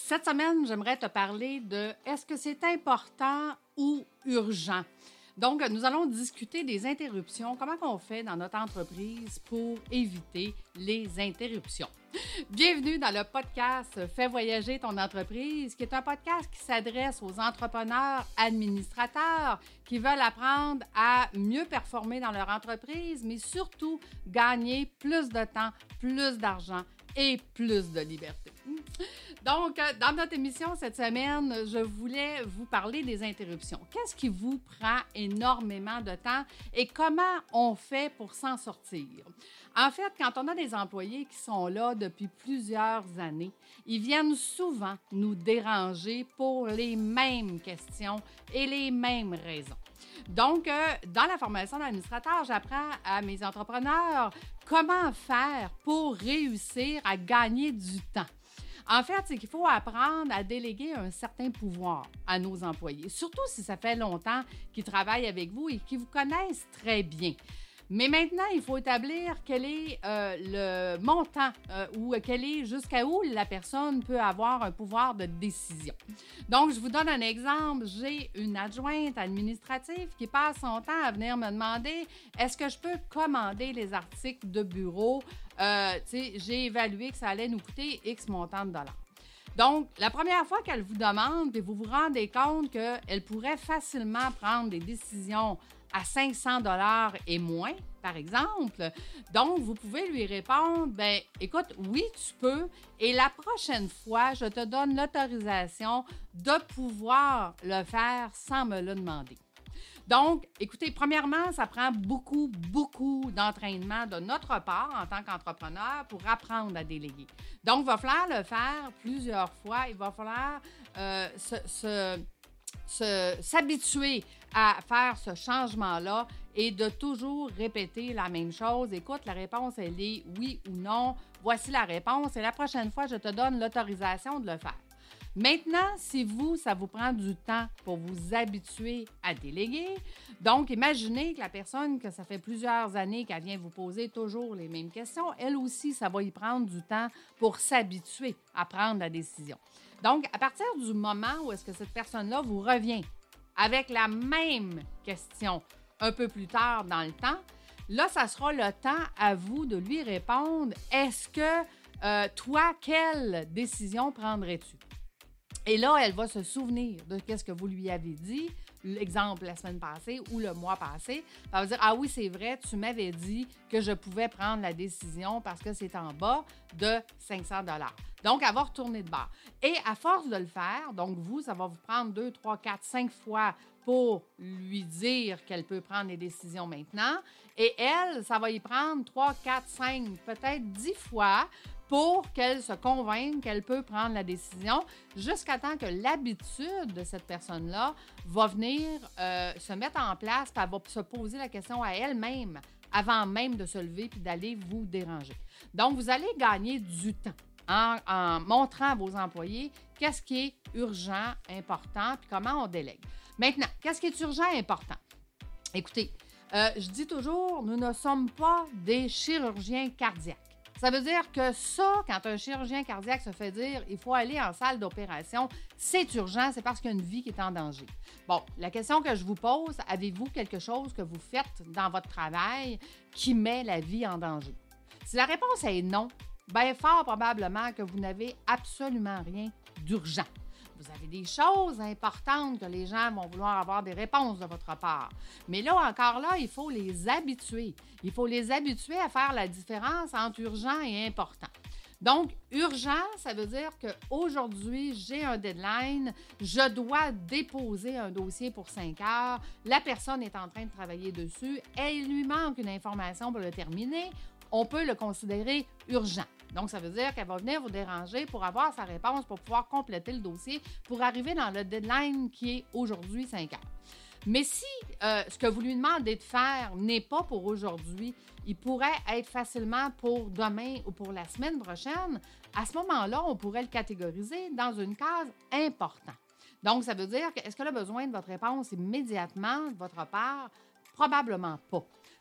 Cette semaine, j'aimerais te parler de est-ce que c'est important ou urgent? Donc, nous allons discuter des interruptions, comment on fait dans notre entreprise pour éviter les interruptions. Bienvenue dans le podcast Fais voyager ton entreprise, qui est un podcast qui s'adresse aux entrepreneurs administrateurs qui veulent apprendre à mieux performer dans leur entreprise, mais surtout gagner plus de temps, plus d'argent et plus de liberté. Donc, dans notre émission cette semaine, je voulais vous parler des interruptions. Qu'est-ce qui vous prend énormément de temps et comment on fait pour s'en sortir? En fait, quand on a des employés qui sont là depuis plusieurs années, ils viennent souvent nous déranger pour les mêmes questions et les mêmes raisons. Donc, dans la formation d'administrateur, j'apprends à mes entrepreneurs comment faire pour réussir à gagner du temps. En fait, c'est qu'il faut apprendre à déléguer un certain pouvoir à nos employés, surtout si ça fait longtemps qu'ils travaillent avec vous et qu'ils vous connaissent très bien. Mais maintenant, il faut établir quel est le montant ou quel est jusqu'à où la personne peut avoir un pouvoir de décision. Donc, je vous donne un exemple. J'ai une adjointe administrative qui passe son temps à venir me demander est-ce que je peux commander les articles de bureau? J'ai évalué que ça allait nous coûter X montant de dollars. Donc, la première fois qu'elle vous demande, puis vous vous rendez compte qu'elle pourrait facilement prendre des décisions à 500 $ et moins, par exemple. Donc, vous pouvez lui répondre, bien, écoute, oui, tu peux, et la prochaine fois, je te donne l'autorisation de pouvoir le faire sans me le demander. Donc, écoutez, premièrement, ça prend beaucoup d'entraînement de notre part en tant qu'entrepreneur pour apprendre à déléguer. Donc, il va falloir le faire plusieurs fois. Il va falloir s'habituer à faire ce changement-là et de toujours répéter la même chose. Écoute, la réponse, elle est oui ou non. Voici la réponse et la prochaine fois, je te donne l'autorisation de le faire. Maintenant, si ça vous prend du temps pour vous habituer à déléguer, donc imaginez que la personne, que ça fait plusieurs années qu'elle vient vous poser toujours les mêmes questions, elle aussi, ça va y prendre du temps pour s'habituer à prendre la décision. Donc, à partir du moment où est-ce que cette personne-là vous revient avec la même question un peu plus tard dans le temps, là, ça sera le temps à vous de lui répondre « Est-ce que toi, quelle décision prendrais-tu? » Et là, elle va se souvenir de ce que vous lui avez dit, l'exemple la semaine passée ou le mois passé. Elle va dire « Ah oui, c'est vrai, tu m'avais dit que je pouvais prendre la décision parce que c'est en bas de 500 $. » Donc, elle va retourner de bord. Et à force de le faire, donc vous, ça va vous prendre 2, 3, 4, 5 fois pour lui dire qu'elle peut prendre les décisions maintenant. Et elle, ça va y prendre 3, 4, 5, peut-être 10 fois pour qu'elle se convainque qu'elle peut prendre la décision jusqu'à temps que l'habitude de cette personne-là va venir se mettre en place, puis elle va se poser la question à elle-même avant même de se lever puis d'aller vous déranger. Donc, vous allez gagner du temps en montrant à vos employés qu'est-ce qui est urgent, important, puis comment on délègue. Maintenant, qu'est-ce qui est urgent et important? Écoutez, je dis toujours, nous ne sommes pas des chirurgiens cardiaques. Ça veut dire que ça, quand un chirurgien cardiaque se fait dire « il faut aller en salle d'opération », c'est urgent, c'est parce qu'il y a une vie qui est en danger. Bon, la question que je vous pose, avez-vous quelque chose que vous faites dans votre travail qui met la vie en danger? Si la réponse est non, bien fort probablement que vous n'avez absolument rien d'urgent. Vous avez des choses importantes que les gens vont vouloir avoir des réponses de votre part. Mais là, encore là, il faut les habituer. Il faut les habituer à faire la différence entre urgent et important. Donc, urgent, ça veut dire qu'aujourd'hui, j'ai un deadline, je dois déposer un dossier pour 5 heures, la personne est en train de travailler dessus, elle lui manque une information pour le terminer, on peut le considérer urgent. Donc, ça veut dire qu'elle va venir vous déranger pour avoir sa réponse, pour pouvoir compléter le dossier, pour arriver dans le deadline qui est aujourd'hui 5 heures. Mais si ce que vous lui demandez de faire n'est pas pour aujourd'hui, il pourrait être facilement pour demain ou pour la semaine prochaine, à ce moment-là, on pourrait le catégoriser dans une case « important ». Donc, ça veut dire que est-ce qu'elle a besoin de votre réponse immédiatement de votre part? Probablement pas.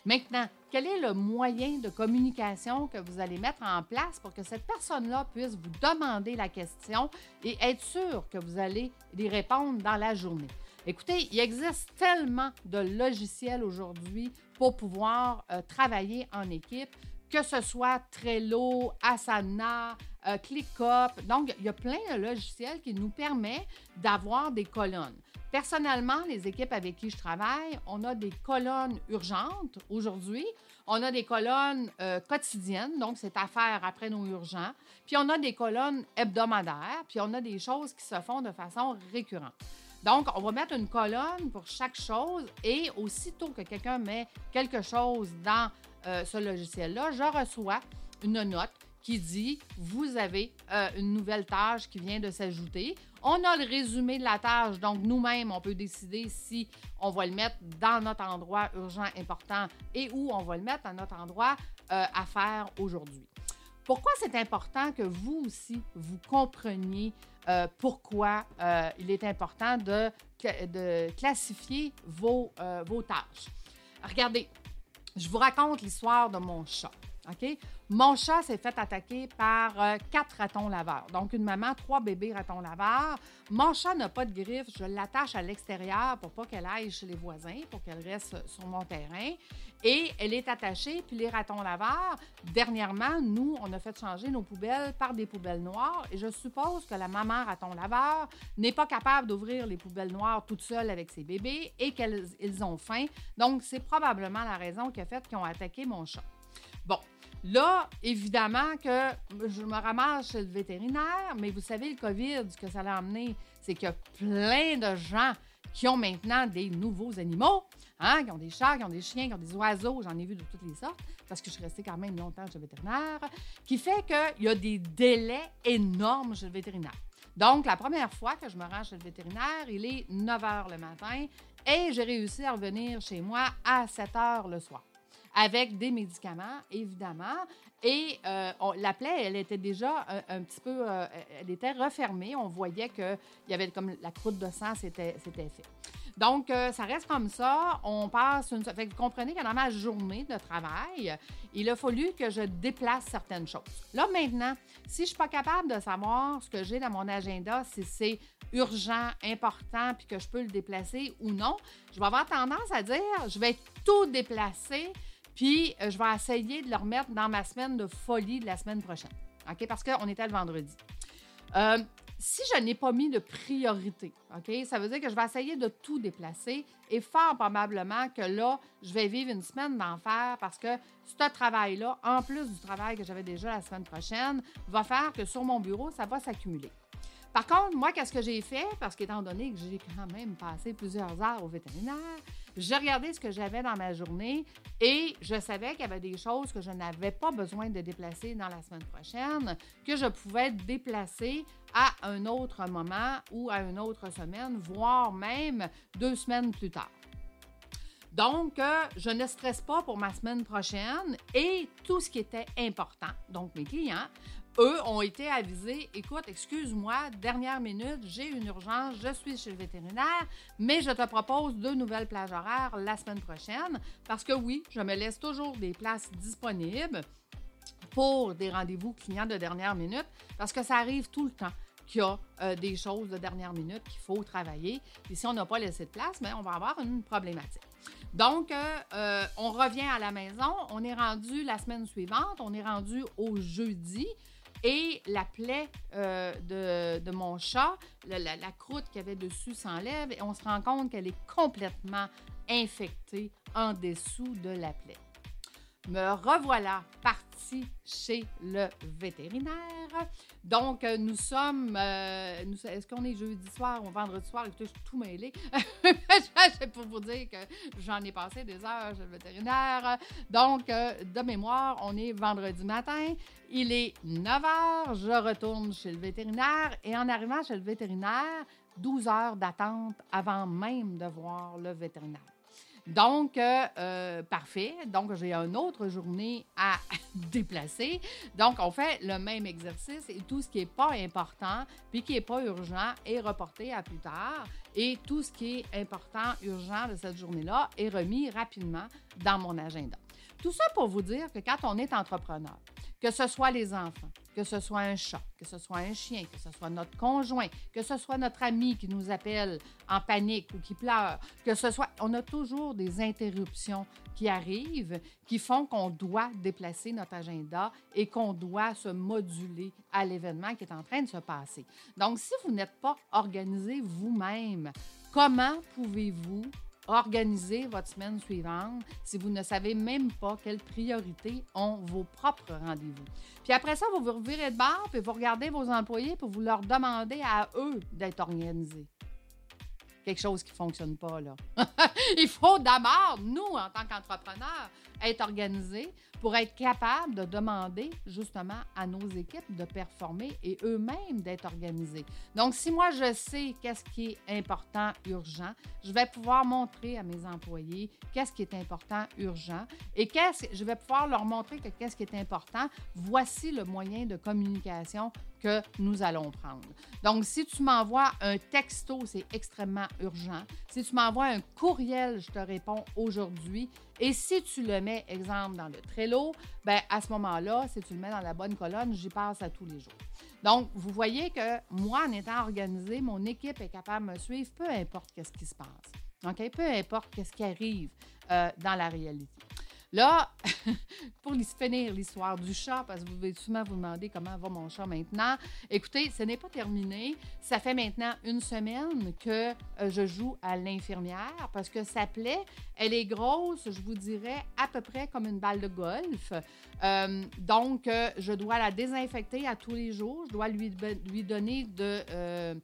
Maintenant, quel est le moyen de communication que vous allez mettre en place pour que cette personne-là puisse vous demander la question et être sûr que vous allez y répondre dans la journée? Écoutez, il existe tellement de logiciels aujourd'hui pour pouvoir travailler en équipe, que ce soit Trello, Asana, ClickUp. Donc, il y a plein de logiciels qui nous permettent d'avoir des colonnes. Personnellement, les équipes avec qui je travaille, on a des colonnes urgentes aujourd'hui. On a des colonnes quotidiennes, donc c'est à faire après nos urgents. Puis on a des colonnes hebdomadaires, puis on a des choses qui se font de façon récurrente. Donc, on va mettre une colonne pour chaque chose et aussitôt que quelqu'un met quelque chose dans ce logiciel-là, je reçois une note qui dit « Vous avez une nouvelle tâche qui vient de s'ajouter ». On a le résumé de la tâche, donc nous-mêmes, on peut décider si on va le mettre dans notre endroit urgent important et où on va le mettre dans notre endroit à faire aujourd'hui. Pourquoi c'est important que vous aussi, vous compreniez pourquoi il est important de classifier vos tâches? Regardez, je vous raconte l'histoire de mon chat. OK? Mon chat s'est fait attaquer par 4 ratons laveurs. Donc, une maman, 3 bébés ratons laveurs. Mon chat n'a pas de griffes. Je l'attache à l'extérieur pour pas qu'elle aille chez les voisins, pour qu'elle reste sur mon terrain. Et elle est attachée. Puis les ratons laveurs, dernièrement, nous, on a fait changer nos poubelles par des poubelles noires. Et je suppose que la maman raton laveur n'est pas capable d'ouvrir les poubelles noires toute seule avec ses bébés et qu'ils ont faim. Donc, c'est probablement la raison qui a fait qu'ils ont attaqué mon chat. Bon, là, évidemment que je me ramasse chez le vétérinaire, mais vous savez, le COVID, ce que ça a amené, c'est qu'il y a plein de gens qui ont maintenant des nouveaux animaux, qui ont des chats, qui ont des chiens, qui ont des oiseaux, j'en ai vu de toutes les sortes, parce que je suis restée quand même longtemps chez le vétérinaire, qui fait qu'il y a des délais énormes chez le vétérinaire. Donc, la première fois que je me rends chez le vétérinaire, il est 9 h le matin et j'ai réussi à revenir chez moi à 7 h le soir, avec des médicaments, évidemment. Et la plaie, elle était déjà un petit peu... elle était refermée. On voyait qu'il y avait comme la croûte de sang, c'était fait. Donc, ça reste comme ça. On passe une... Fait que vous comprenez que dans ma journée de travail, il a fallu que je déplace certaines choses. Là, maintenant, si je ne suis pas capable de savoir ce que j'ai dans mon agenda, si c'est urgent, important, puis que je peux le déplacer ou non, je vais avoir tendance à dire, je vais tout déplacer, puis je vais essayer de le remettre dans ma semaine de folie de la semaine prochaine. OK? Parce qu'on était le vendredi. Si je n'ai pas mis de priorité, OK, ça veut dire que je vais essayer de tout déplacer et fort probablement que là, je vais vivre une semaine d'enfer parce que ce travail-là, en plus du travail que j'avais déjà la semaine prochaine, va faire que sur mon bureau, ça va s'accumuler. Par contre, moi, qu'est-ce que j'ai fait? Parce qu'étant donné que j'ai quand même passé plusieurs heures au vétérinaire, j'ai regardé ce que j'avais dans ma journée et je savais qu'il y avait des choses que je n'avais pas besoin de déplacer dans la semaine prochaine, que je pouvais déplacer à un autre moment ou à une autre semaine, voire même 2 semaines plus tard. Donc, je ne stresse pas pour ma semaine prochaine et tout ce qui était important, donc mes clients, eux ont été avisés, écoute, excuse-moi, dernière minute, j'ai une urgence, je suis chez le vétérinaire, mais je te propose 2 nouvelles plages horaires la semaine prochaine parce que oui, je me laisse toujours des places disponibles pour des rendez-vous clients de dernière minute parce que ça arrive tout le temps qu'il y a des choses de dernière minute qu'il faut travailler. Et si on n'a pas laissé de place, bien, on va avoir une problématique. Donc, on revient à la maison, on est rendu la semaine suivante, on est rendu au jeudi. Et la plaie de mon chat, la croûte qu'il y avait dessus s'enlève et on se rend compte qu'elle est complètement infectée en dessous de la plaie. Me revoilà partie chez le vétérinaire. Donc, nous sommes... est-ce qu'on est jeudi soir ou vendredi soir? Écoutez, je suis tout mêlée. C'est pour vous dire que j'en ai passé des heures chez le vétérinaire. Donc, de mémoire, on est vendredi matin. Il est 9 h. Je retourne chez le vétérinaire. Et en arrivant chez le vétérinaire, 12 heures d'attente avant même de voir le vétérinaire. Donc, parfait. Donc, j'ai une autre journée à déplacer. Donc, on fait le même exercice et tout ce qui n'est pas important puis qui n'est pas urgent est reporté à plus tard. Et tout ce qui est important, urgent de cette journée-là est remis rapidement dans mon agenda. Tout ça pour vous dire que quand on est entrepreneur, que ce soit les enfants, que ce soit un chat, que ce soit un chien, que ce soit notre conjoint, que ce soit notre ami qui nous appelle en panique ou qui pleure, que ce soit... On a toujours des interruptions qui arrivent qui font qu'on doit déplacer notre agenda et qu'on doit se moduler à l'événement qui est en train de se passer. Donc, si vous n'êtes pas organisé vous-même, comment pouvez-vous organiser votre semaine suivante si vous ne savez même pas quelles priorités ont vos propres rendez-vous? Puis après ça, vous vous revirez de bord, puis vous regardez vos employés, puis vous leur demandez à eux d'être organisés. Quelque chose qui ne fonctionne pas, là. Il faut d'abord, nous, en tant qu'entrepreneurs, être organisés pour être capables de demander justement à nos équipes de performer et eux-mêmes d'être organisés. Donc, si moi, je sais qu'est-ce qui est important, urgent, je vais pouvoir montrer à mes employés qu'est-ce qui est important, urgent et je vais pouvoir leur montrer que qu'est-ce qui est important. Voici le moyen de communication que nous allons prendre. Donc, si tu m'envoies un texto, c'est extrêmement urgent. Si tu m'envoies un courriel, je te réponds aujourd'hui. Et si tu le mets, exemple, dans le Trello, bien, à ce moment-là, si tu le mets dans la bonne colonne, j'y passe à tous les jours. Donc, vous voyez que moi, en étant organisée, mon équipe est capable de me suivre, peu importe ce qui se passe. OK? Peu importe ce qui arrive dans la réalité. Là, pour finir l'histoire du chat, parce que vous devez souvent vous demander comment va mon chat maintenant. Écoutez, ce n'est pas terminé. Ça fait maintenant 1 semaine que je joue à l'infirmière parce que sa plaie, elle est grosse, je vous dirais, à peu près comme une balle de golf. Donc, je dois la désinfecter à tous les jours. Je dois lui donner de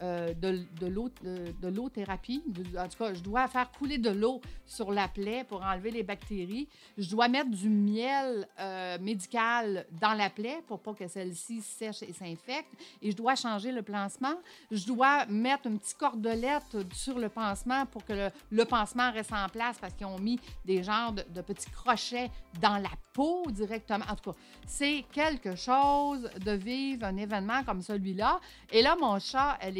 l'eau-thérapie. En tout cas, je dois faire couler de l'eau sur la plaie pour enlever les bactéries. Je dois mettre du miel médical dans la plaie pour pas que celle-ci sèche et s'infecte. Et je dois changer le pansement. Je dois mettre une petite cordelette sur le pansement pour que le pansement reste en place parce qu'ils ont mis des genres de petits crochets dans la peau directement. En tout cas, c'est quelque chose de vivre un événement comme celui-là. Et là, mon chat, elle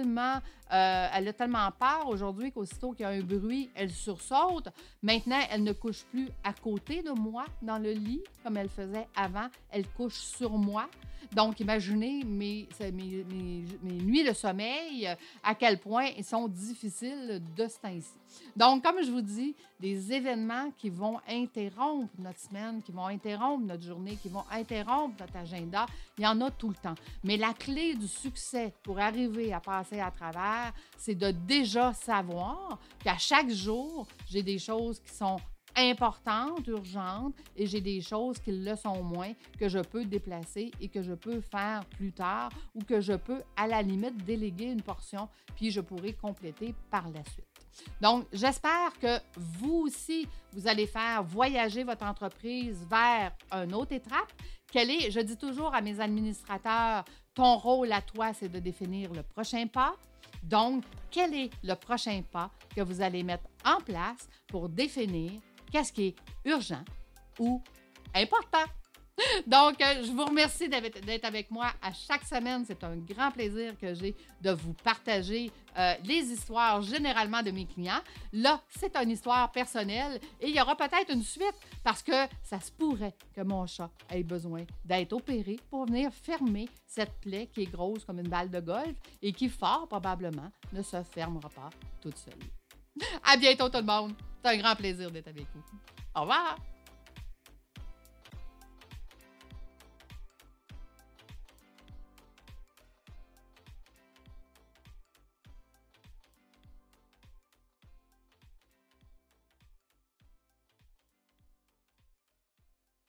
a tellement peur aujourd'hui qu'aussitôt qu'il y a un bruit, elle sursaute. Maintenant, elle ne couche plus à côté de moi dans le lit comme elle faisait avant. Elle couche sur moi. Donc, imaginez mes nuits de sommeil, à quel point ils sont difficiles de ce temps-ci. Donc, comme je vous dis, des événements qui vont interrompre notre semaine, qui vont interrompre notre journée, qui vont interrompre notre agenda, il y en a tout le temps. Mais la clé du succès pour arriver à passer à travers, c'est de déjà savoir qu'à chaque jour, j'ai des choses qui sont importantes, urgentes, et j'ai des choses qui le sont moins, que je peux déplacer et que je peux faire plus tard ou que je peux, à la limite, déléguer une portion, puis je pourrai compléter par la suite. Donc, j'espère que vous aussi, vous allez faire voyager votre entreprise vers une autre étape. Je dis toujours à mes administrateurs, ton rôle à toi, c'est de définir le prochain pas. Donc, quel est le prochain pas que vous allez mettre en place pour définir qu'est-ce qui est urgent ou important? Donc, je vous remercie d'être avec moi à chaque semaine. C'est un grand plaisir que j'ai de vous partager les histoires généralement de mes clients. Là, c'est une histoire personnelle et il y aura peut-être une suite parce que ça se pourrait que mon chat ait besoin d'être opéré pour venir fermer cette plaie qui est grosse comme une balle de golf et qui, fort probablement, ne se fermera pas toute seule. À bientôt tout le monde. C'est un grand plaisir d'être avec vous. Au revoir!